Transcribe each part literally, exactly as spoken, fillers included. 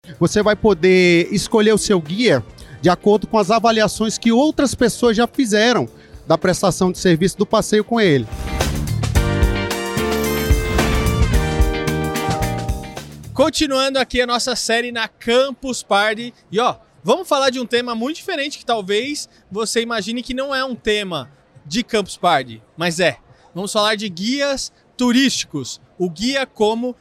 você vai poder escolher o seu guia de acordo com as avaliações que outras pessoas já fizeram da prestação de serviço do passeio com ele. Continuando aqui a nossa série na Campus Party. E ó, vamos falar de um tema muito diferente que talvez você imagine que não é um tema de Campus Party, mas é. Vamos falar de guias turísticos. O guia como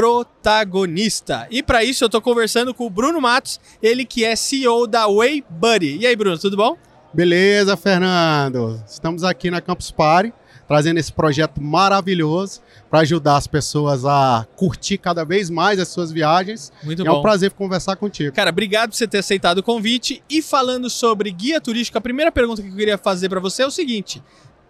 protagonista. E para isso eu tô conversando com o Bruno Matos, ele que é C E O da WayBuddy. E aí, Bruno, tudo bom? Beleza, Fernando. Estamos aqui na Campus Party, trazendo esse projeto maravilhoso para ajudar as pessoas a curtir cada vez mais as suas viagens. Muito e bom. É um prazer conversar contigo. Cara, obrigado por você ter aceitado o convite. E falando sobre guia turístico, a primeira pergunta que eu queria fazer para você é o seguinte: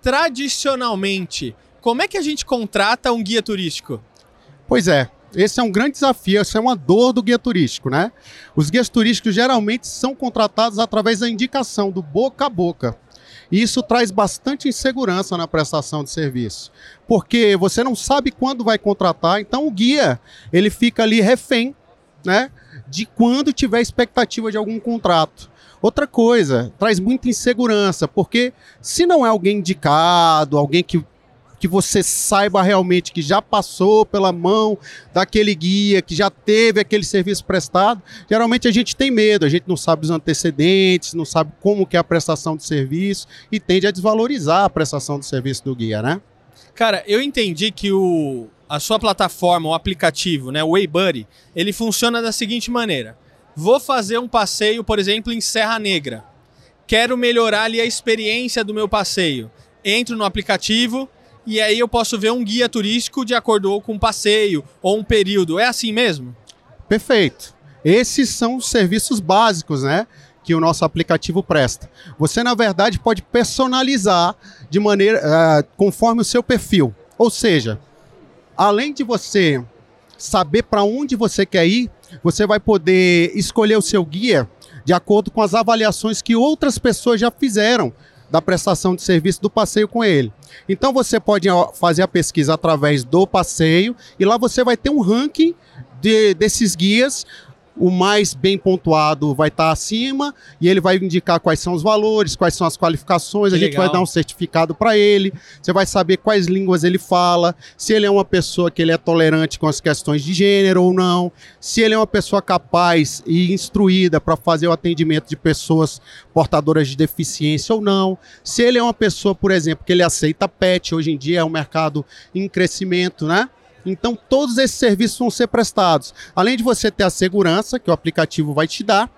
tradicionalmente, como é que a gente contrata um guia turístico? Pois é, esse é um grande desafio, essa é uma dor do guia turístico, né? Os guias turísticos geralmente são contratados através da indicação, do boca a boca. E isso traz bastante insegurança na prestação de serviço, porque você não sabe quando vai contratar, então o guia ele fica ali refém, né, de quando tiver expectativa de algum contrato. Outra coisa, traz muita insegurança, porque se não é alguém indicado, alguém que que você saiba realmente que já passou pela mão daquele guia, que já teve aquele serviço prestado, geralmente a gente tem medo, a gente não sabe os antecedentes, não sabe como que é a prestação de serviço e tende a desvalorizar a prestação de serviço do guia, né? Cara, eu entendi que o, a sua plataforma, o aplicativo, né, o WayBuddy, ele funciona da seguinte maneira. Vou fazer um passeio, por exemplo, em Serra Negra. Quero melhorar ali a experiência do meu passeio. Entro no aplicativo e aí eu posso ver um guia turístico de acordo com um passeio ou um período. É assim mesmo? Perfeito. Esses são os serviços básicos, né, que o nosso aplicativo presta. Você, na verdade, pode personalizar de maneira, uh, conforme o seu perfil. Ou seja, além de você saber para onde você quer ir, você vai poder escolher o seu guia de acordo com as avaliações que outras pessoas já fizeram da prestação de serviço do passeio com ele. Então você pode fazer a pesquisa através do passeio e lá você vai ter um ranking de, desses guias. O mais bem pontuado vai estar acima e ele vai indicar quais são os valores, quais são as qualificações, que a gente legal. vai dar um certificado para ele, você vai saber quais línguas ele fala, se ele é uma pessoa que ele é tolerante com as questões de gênero ou não, se ele é uma pessoa capaz e instruída para fazer o atendimento de pessoas portadoras de deficiência ou não, se ele é uma pessoa, por exemplo, que ele aceita pet, hoje em dia é um mercado em crescimento, né? Então, todos esses serviços vão ser prestados. Além de você ter a segurança que o aplicativo vai te dar,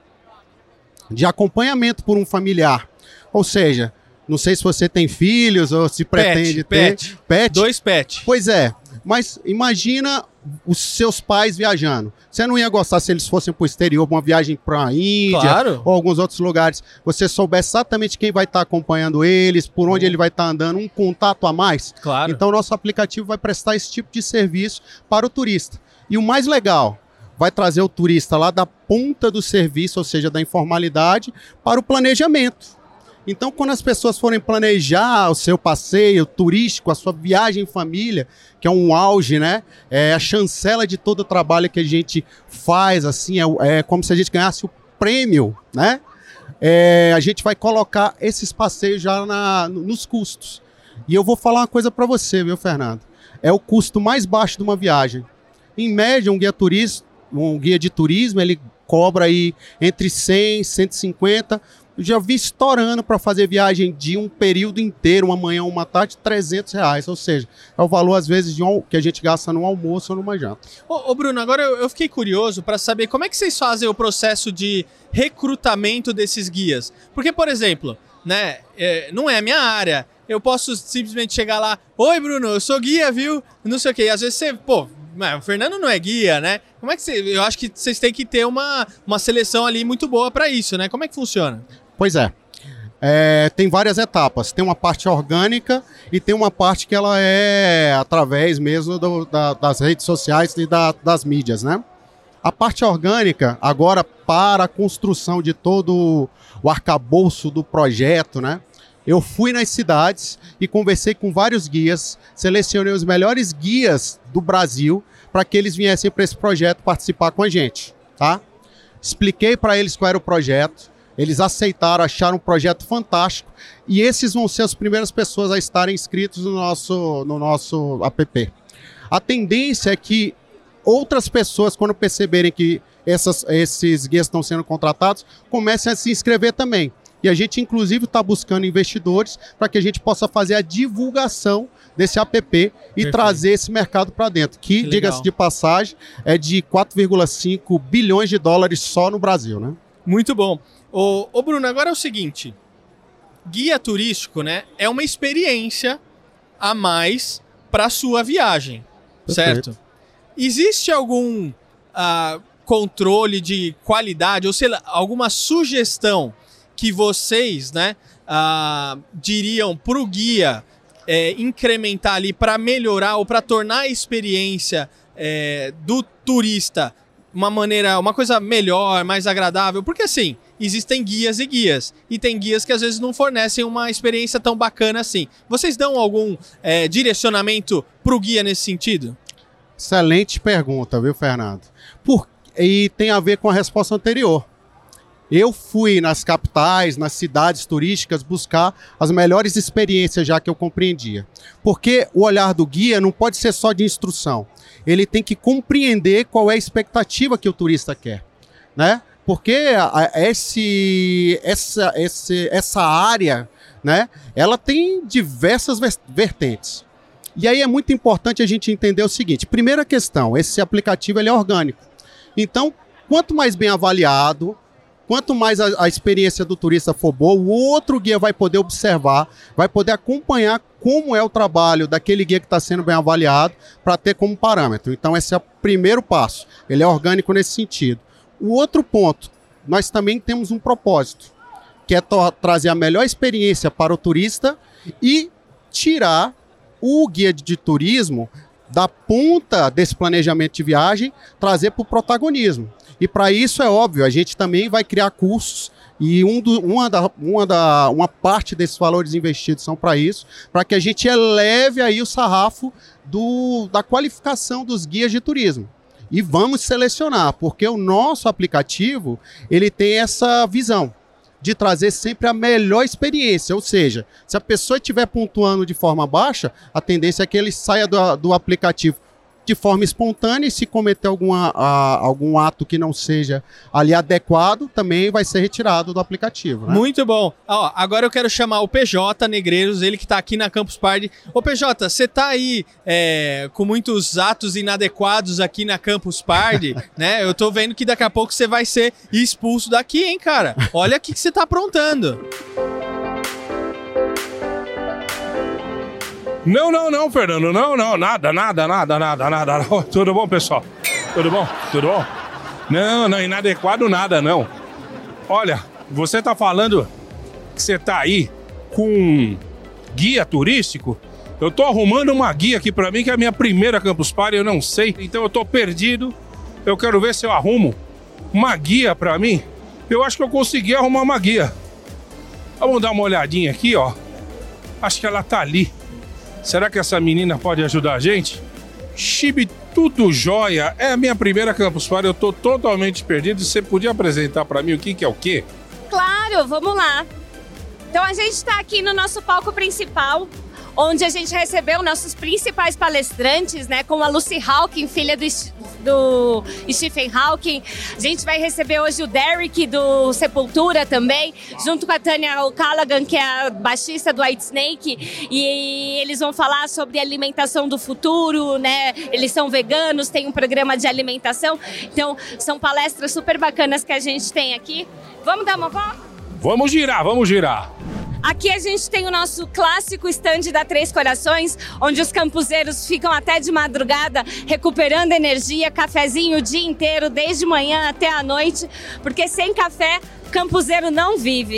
de acompanhamento por um familiar. Ou seja, não sei se você tem filhos ou se pretende pet, ter. Pet. Pet. Dois pets. Pois é. Mas imagina os seus pais viajando. Você não ia gostar se eles fossem para o exterior, uma viagem para a Índia, claro, ou alguns outros lugares. Você soubesse exatamente quem vai estar acompanhando eles, por onde uhum. ele vai estar andando, um contato a mais. Claro. Então, nosso aplicativo vai prestar esse tipo de serviço para o turista. E o mais legal, vai trazer o turista lá da ponta do serviço, ou seja, da informalidade, para o planejamento. Então, quando as pessoas forem planejar o seu passeio turístico, a sua viagem em família, que é um auge, né? É a chancela de todo o trabalho que a gente faz, assim, é, é como se a gente ganhasse o prêmio, né? É, a gente vai colocar esses passeios já na, nos custos. E eu vou falar uma coisa para você, viu, Fernando? É o custo mais baixo de uma viagem. Em média, um guia turista, um guia de turismo, ele cobra aí entre cem e cento e cinquenta. Eu já vi estourando para fazer viagem de um período inteiro, uma manhã, uma tarde, trezentos reais. Ou seja, é o valor, às vezes, de um, que a gente gasta num almoço ou numa janta. Ô, ô Bruno, agora eu, eu fiquei curioso para saber como é que vocês fazem o processo de recrutamento desses guias. Porque, por exemplo, né, é, não é a minha área. Eu posso simplesmente chegar lá, oi Bruno, eu sou guia, viu? Não sei o quê. E às vezes você, pô, o Fernando não é guia, né? Como é que você... Eu acho que vocês têm que ter uma, uma seleção ali muito boa para isso, né? Como é que funciona? Pois é. é, tem várias etapas. Tem uma parte orgânica e tem uma parte que ela é através mesmo do, da, das redes sociais e da, das mídias, né? A parte orgânica, agora para a construção de todo o arcabouço do projeto, né? Eu fui nas cidades e conversei com vários guias, selecionei os melhores guias do Brasil para que eles viessem para esse projeto participar com a gente, tá? expliquei para eles qual era o projeto, eles aceitaram, acharam um projeto fantástico e esses vão ser as primeiras pessoas a estarem inscritos no nosso, no nosso app. A tendência é que outras pessoas, quando perceberem que essas, esses guias estão sendo contratados, comecem a se inscrever também. E a gente, inclusive, está buscando investidores para que a gente possa fazer a divulgação desse app e Perfeito. Trazer esse mercado para dentro, que, que diga-se de passagem, é de quatro vírgula cinco bilhões de dólares só no Brasil, né? Muito bom. Ô, ô Bruno, agora é o seguinte, guia turístico, né, é uma experiência a mais para a sua viagem, Perfeito. Certo? Existe algum uh, controle de qualidade, ou sei lá, alguma sugestão que vocês, né, uh, diriam para o guia é, incrementar ali para melhorar ou para tornar a experiência é, do turista uma maneira, uma coisa melhor, mais agradável? Porque assim, existem guias e guias, e tem guias que às vezes não fornecem uma experiência tão bacana assim. Vocês dão algum é, direcionamento para o guia nesse sentido? Excelente pergunta, viu, Fernando? Por... E tem a ver com a resposta anterior. Eu fui nas capitais, nas cidades turísticas, buscar as melhores experiências já que eu compreendia. Porque o olhar do guia não pode ser só de instrução. Ele tem que compreender qual é a expectativa que o turista quer, né? Porque esse, essa, esse, essa área, né, ela tem diversas vertentes. E aí é muito importante a gente entender o seguinte. Primeira questão, esse aplicativo ele é orgânico. Então, quanto mais bem avaliado, quanto mais a, a experiência do turista for boa, o outro guia vai poder observar, vai poder acompanhar como é o trabalho daquele guia que está sendo bem avaliado para ter como parâmetro. Então, esse é o primeiro passo. Ele é orgânico nesse sentido. O outro ponto, nós também temos um propósito, que é trazer a melhor experiência para o turista e tirar o guia de turismo da ponta desse planejamento de viagem, trazer para o protagonismo. E para isso, é óbvio, a gente também vai criar cursos e um do, uma, da, uma, da, uma parte desses valores investidos são para isso, para que a gente eleve aí o sarrafo do, da qualificação dos guias de turismo. E vamos selecionar, porque o nosso aplicativo ele tem essa visão de trazer sempre a melhor experiência, ou seja, se a pessoa estiver pontuando de forma baixa, a tendência é que ele saia do, do aplicativo de forma espontânea e se cometer alguma, a, algum ato que não seja ali adequado, também vai ser retirado do aplicativo, né? Muito bom. Ó, agora eu quero chamar o P J Negreiros, ele que está aqui na Campus Party. Ô P J, você está aí é, com muitos atos inadequados aqui na Campus Party, né? Eu tô vendo que daqui a pouco você vai ser expulso daqui, hein, cara? Olha o que você está aprontando. Não, não, não, Fernando, não, não, nada, nada, nada, nada, nada. Oh, tudo bom, pessoal? Tudo bom? Tudo bom? Não, não, inadequado nada, não. Olha, você tá falando que você tá aí com guia turístico? Eu tô arrumando uma guia aqui pra mim, que é a minha primeira Campus Party, eu não sei, então eu tô perdido. Eu quero ver se eu arrumo uma guia pra mim. Eu acho que eu consegui arrumar uma guia. Vamos dar uma olhadinha aqui, ó. Acho que ela tá ali. Será que essa menina pode ajudar a gente? Chibi, tudo jóia. É a minha primeira Campus Party, eu tô totalmente perdido. Você podia apresentar pra mim o que que é o quê? Claro, vamos lá. Então a gente tá aqui no nosso palco principal, onde a gente recebeu nossos principais palestrantes, né, como a Lucy Hawking, filha do, do Stephen Hawking. A gente vai receber hoje o Derek do Sepultura também, junto com a Tanya O'Callaghan, que é a baixista do Whitesnake, e eles vão falar sobre alimentação do futuro, né? Eles são veganos, tem um programa de alimentação, então são palestras super bacanas que a gente tem aqui. Vamos dar uma volta? Vamos girar, vamos girar. Aqui a gente tem o nosso clássico stand da Três Corações, onde os campuseiros ficam até de madrugada recuperando energia, cafezinho o dia inteiro, desde manhã até a noite, porque sem café, campuseiro não vive.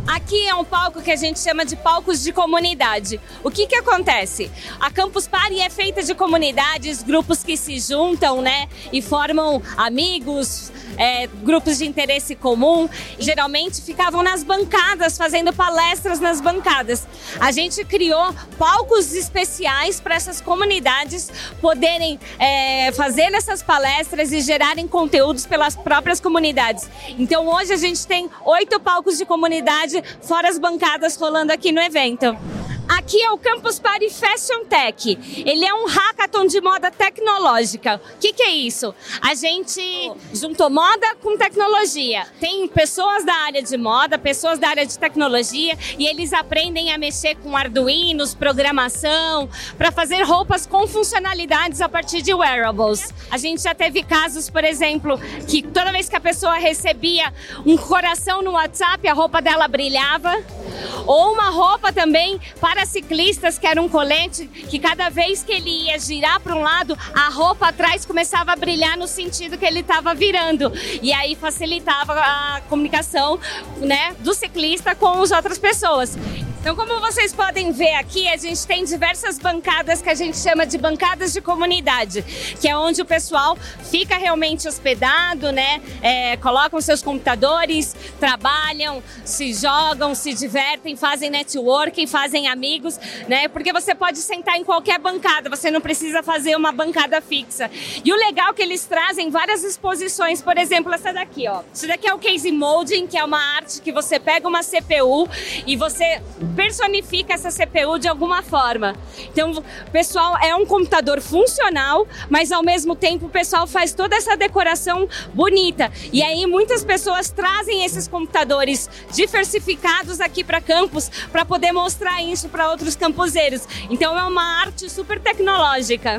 Aqui é um palco que a gente chama de palcos de comunidade. O que que acontece? A Campus Party é feita de comunidades, grupos que se juntam, né, e formam amigos, é, grupos de interesse comum. Geralmente ficavam nas bancadas, fazendo palestras nas bancadas. A gente criou palcos especiais para essas comunidades poderem é, fazer essas palestras e gerarem conteúdos pelas próprias comunidades. Então hoje a gente tem oito palcos de comunidade, fora as bancadas rolando aqui no evento. Aqui é o Campus Party Fashion Tech. Ele é um hackathon de moda tecnológica. O que que é isso? A gente juntou moda com tecnologia. Tem pessoas da área de moda, pessoas da área de tecnologia, e eles aprendem a mexer com arduinos, programação, para fazer roupas com funcionalidades a partir de wearables. A gente já teve casos, por exemplo, que toda vez que a pessoa recebia um coração no WhatsApp, a roupa dela brilhava. Ou uma roupa também para ciclistas, que era um colete, que cada vez que ele ia girar para um lado, a roupa atrás começava a brilhar no sentido que ele estava virando. E aí facilitava a comunicação, né, do ciclista com as outras pessoas. Então, como vocês podem ver aqui, a gente tem diversas bancadas que a gente chama de bancadas de comunidade, que é onde o pessoal fica realmente hospedado, né? É, colocam seus computadores, trabalham, se jogam, se divertem, fazem networking, fazem amigos, né? Porque você pode sentar em qualquer bancada, você não precisa fazer uma bancada fixa. E o legal é que eles trazem várias exposições, por exemplo, essa daqui, ó. Isso daqui é o Case Molding, que é uma arte que você pega uma C P U e você personifica essa C P U de alguma forma. Então, o pessoal é um computador funcional, mas ao mesmo tempo o pessoal faz toda essa decoração bonita. E aí muitas pessoas trazem esses computadores diversificados aqui para campus para poder mostrar isso para outros campuseiros. Então é uma arte super tecnológica.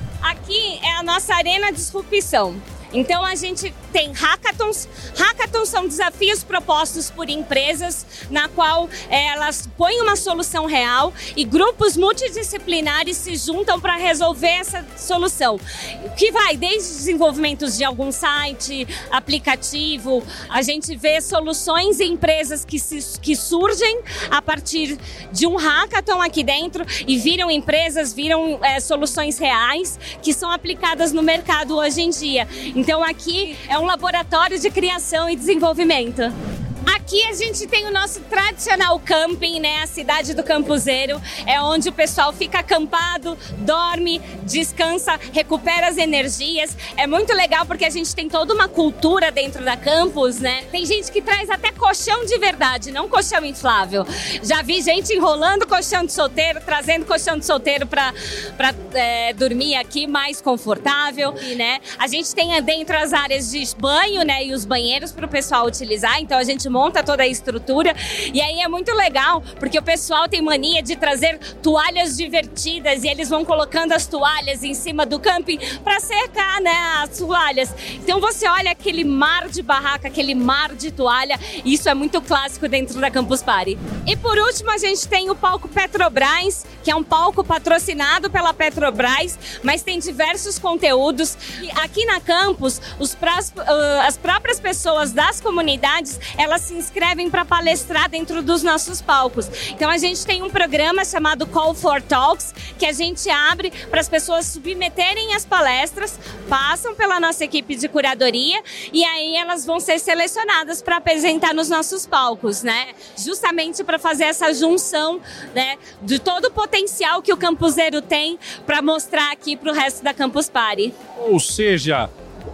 Aqui é a nossa arena de disrupção. Então a gente tem hackathons. Hackathons são desafios propostos por empresas na qual é, elas põem uma solução real e grupos multidisciplinares se juntam para resolver essa solução. Que vai desde desenvolvimentos de algum site, aplicativo, a gente vê soluções em empresas que, se, que surgem a partir de um hackathon aqui dentro e viram empresas, viram é, soluções reais que são aplicadas no mercado hoje em dia. Então aqui é um laboratório de criação e desenvolvimento. Aqui a gente tem o nosso tradicional camping, né? A cidade do campuseiro, é onde o pessoal fica acampado, dorme, descansa, recupera as energias. É muito legal porque a gente tem toda uma cultura dentro da campus, né? Tem gente que traz até colchão de verdade, não colchão inflável. Já vi gente enrolando colchão de solteiro, trazendo colchão de solteiro para para é, dormir aqui mais confortável, né? A gente tem dentro as áreas de banho, né? E os banheiros para o pessoal utilizar, então a gente monta toda a estrutura e aí é muito legal porque o pessoal tem mania de trazer toalhas divertidas e eles vão colocando as toalhas em cima do camping para secar, né, as toalhas. Então você olha aquele mar de barraca, aquele mar de toalha, isso é muito clássico dentro da Campus Party. E por último a gente tem o palco Petrobras, que é um palco patrocinado pela Petrobras, mas tem diversos conteúdos. E aqui na campus, os prós, uh, as próprias pessoas das comunidades, elas se inscrevem para palestrar dentro dos nossos palcos. Então a gente tem um programa chamado Call for Talks, que a gente abre para as pessoas submeterem as palestras, passam pela nossa equipe de curadoria e aí elas vão ser selecionadas para apresentar nos nossos palcos, né? Justamente para fazer essa junção, né, de todo o potencial que o campuseiro tem para mostrar aqui para o resto da Campus Party. Ou seja,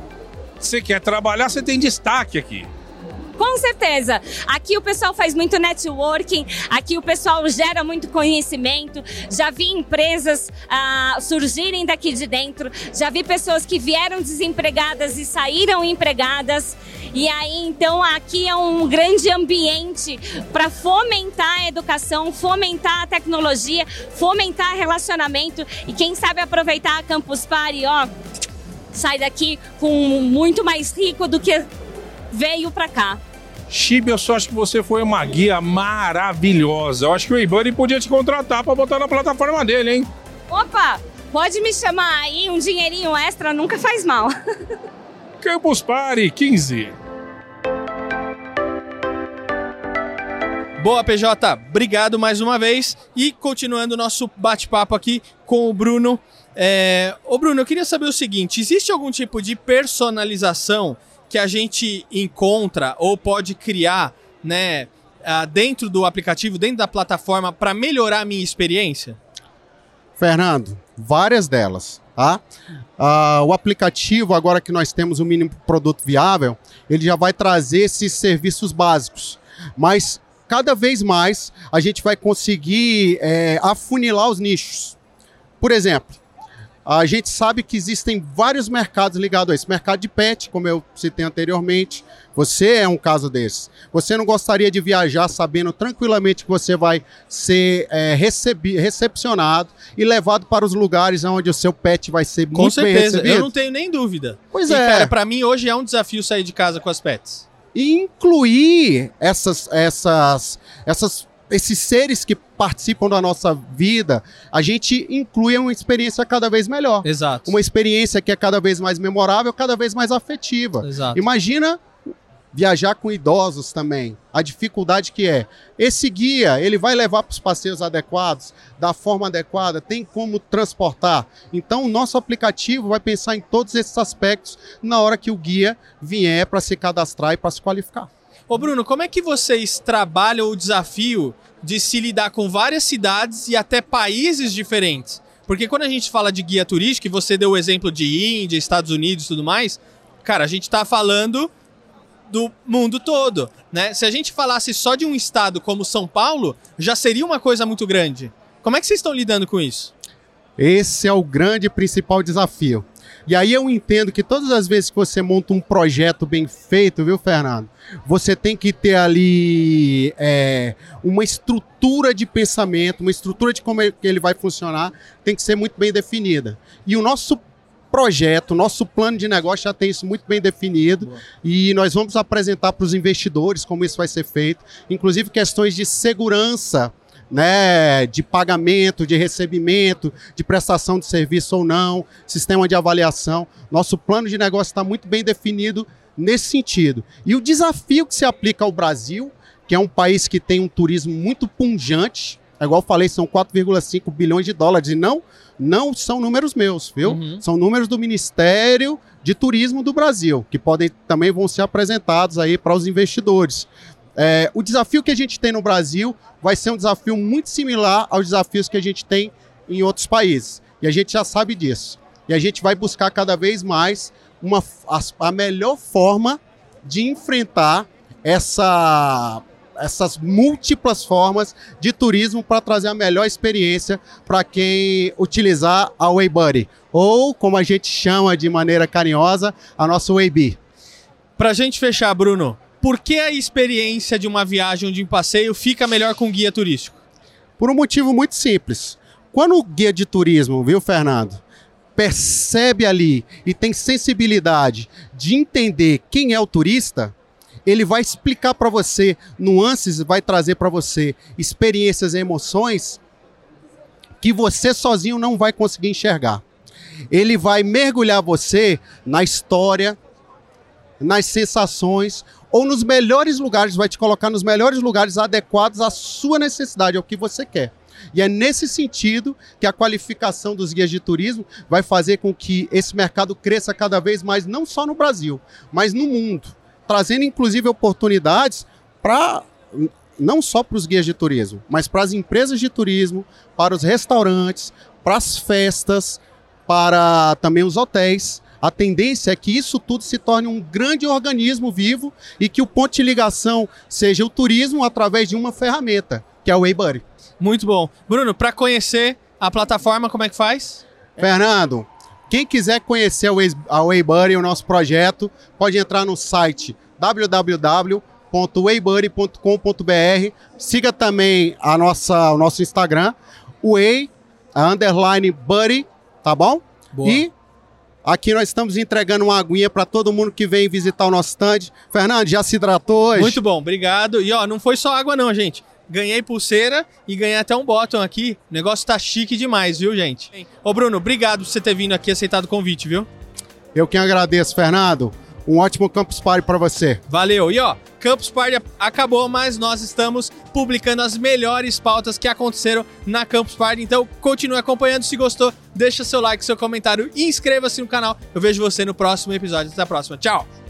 você quer trabalhar, você tem destaque aqui. Com certeza. Aqui o pessoal faz muito networking, aqui o pessoal gera muito conhecimento. Já vi empresas ah, surgirem daqui de dentro, já vi pessoas que vieram desempregadas e saíram empregadas. E aí, então, aqui é um grande ambiente para fomentar a educação, fomentar a tecnologia, fomentar relacionamento e quem sabe aproveitar a Campus Party, ó, sai daqui com muito mais rico do que veio para cá. Chibi, eu só acho que você foi uma guia maravilhosa. Eu acho que o eBuddy podia te contratar para botar na plataforma dele, hein? Opa, pode me chamar aí, um dinheirinho extra nunca faz mal. Campus Party quinze. Boa, P J, obrigado mais uma vez. E continuando o nosso bate-papo aqui com o Bruno. É... Ô Bruno, eu queria saber o seguinte, existe algum tipo de personalização que a gente encontra ou pode criar, né, dentro do aplicativo, dentro da plataforma, para melhorar a minha experiência? Fernando, várias delas, tá? Uh, o aplicativo, agora que nós temos o mínimo produto viável, ele já vai trazer esses serviços básicos, mas cada vez mais a gente vai conseguir é, afunilar os nichos. Por exemplo, a gente sabe que existem vários mercados ligados a esse. Mercado de pet, como eu citei anteriormente. Você é um caso desses. Você não gostaria de viajar sabendo tranquilamente que você vai ser é, recebi- recepcionado e levado para os lugares onde o seu pet vai ser com muito certeza, bem recebido? Eu não tenho nem dúvida. Pois e, é. cara, para mim hoje é um desafio sair de casa com as pets. E incluir essas, essas, essas, esses seres que participam da nossa vida, a gente inclui uma experiência cada vez melhor. Exato. Uma experiência que é cada vez mais memorável, cada vez mais afetiva. Exato. Imagina viajar com idosos também. A dificuldade que é. Esse guia, ele vai levar para os passeios adequados, da forma adequada, tem como transportar. Então, o nosso aplicativo vai pensar em todos esses aspectos na hora que o guia vier para se cadastrar e para se qualificar. Ô Bruno, como é que vocês trabalham o desafio de se lidar com várias cidades e até países diferentes? Porque quando a gente fala de guia turístico, e você deu o exemplo de Índia, Estados Unidos e tudo mais, cara, a gente está falando do mundo todo, né? Se a gente falasse só de um estado como São Paulo, já seria uma coisa muito grande. Como é que vocês estão lidando com isso? Esse é o grande e principal desafio. E aí eu entendo que todas as vezes que você monta um projeto bem feito, viu, Fernando? Você tem que ter ali é, uma estrutura de pensamento, uma estrutura de como ele vai funcionar, tem que ser muito bem definida. E o nosso projeto, nosso plano de negócio já tem isso muito bem definido. Boa. E nós vamos apresentar para os investidores como isso vai ser feito, inclusive questões de segurança, né, de pagamento, de recebimento, de prestação de serviço ou não, sistema de avaliação. Nosso plano de negócio está muito bem definido nesse sentido. E o desafio que se aplica ao Brasil, que é um país que tem um turismo muito pungente, é igual eu falei, são quatro vírgula cinco bilhões de dólares, e não, não são números meus, viu? Uhum. São números do Ministério de Turismo do Brasil, que podem também vão ser apresentados aí para os investidores. É, o desafio que a gente tem no Brasil vai ser um desafio muito similar aos desafios que a gente tem em outros países. E a gente já sabe disso. E a gente vai buscar cada vez mais uma, a, a melhor forma de enfrentar essa... essas múltiplas formas de turismo para trazer a melhor experiência para quem utilizar a WayBuddy, ou como a gente chama de maneira carinhosa, a nossa Waybe. Para a gente fechar, Bruno, por que a experiência de uma viagem ou de um passeio fica melhor com guia turístico? Por um motivo muito simples. Quando o guia de turismo, viu, Fernando, percebe ali e tem sensibilidade de entender quem é o turista, ele vai explicar para você nuances, vai trazer para você experiências e emoções que você sozinho não vai conseguir enxergar. Ele vai mergulhar você na história, nas sensações, ou nos melhores lugares, vai te colocar nos melhores lugares adequados à sua necessidade, ao que você quer. E é nesse sentido que a qualificação dos guias de turismo vai fazer com que esse mercado cresça cada vez mais, não só no Brasil, mas no mundo, trazendo inclusive oportunidades para não só para os guias de turismo, mas para as empresas de turismo, para os restaurantes, para as festas, para também os hotéis. A tendência é que isso tudo se torne um grande organismo vivo e que o ponto de ligação seja o turismo através de uma ferramenta, que é o WayBuddy. Muito bom. Bruno, para conhecer a plataforma, como é que faz? Fernando, quem quiser conhecer a WayBuddy, o nosso projeto, pode entrar no site w w w ponto waybuddy ponto com ponto b r. Siga também a nossa, o nosso Instagram, Way, underline Buddy, tá bom? Boa. E aqui nós estamos entregando uma aguinha para todo mundo que vem visitar o nosso stand. Fernando, já se hidratou hoje? Muito bom, obrigado. E ó, não foi só água não, gente. Ganhei pulseira e ganhei até um bottom aqui. O negócio tá chique demais, viu, gente? Ô, Bruno, obrigado por você ter vindo aqui e aceitado o convite, viu? Eu que agradeço, Fernando. Um ótimo Campus Party para você. Valeu. E ó, Campus Party acabou, mas nós estamos publicando as melhores pautas que aconteceram na Campus Party. Então, continue acompanhando. Se gostou, deixa seu like, seu comentário e inscreva-se no canal. Eu vejo você no próximo episódio. Até a próxima. Tchau.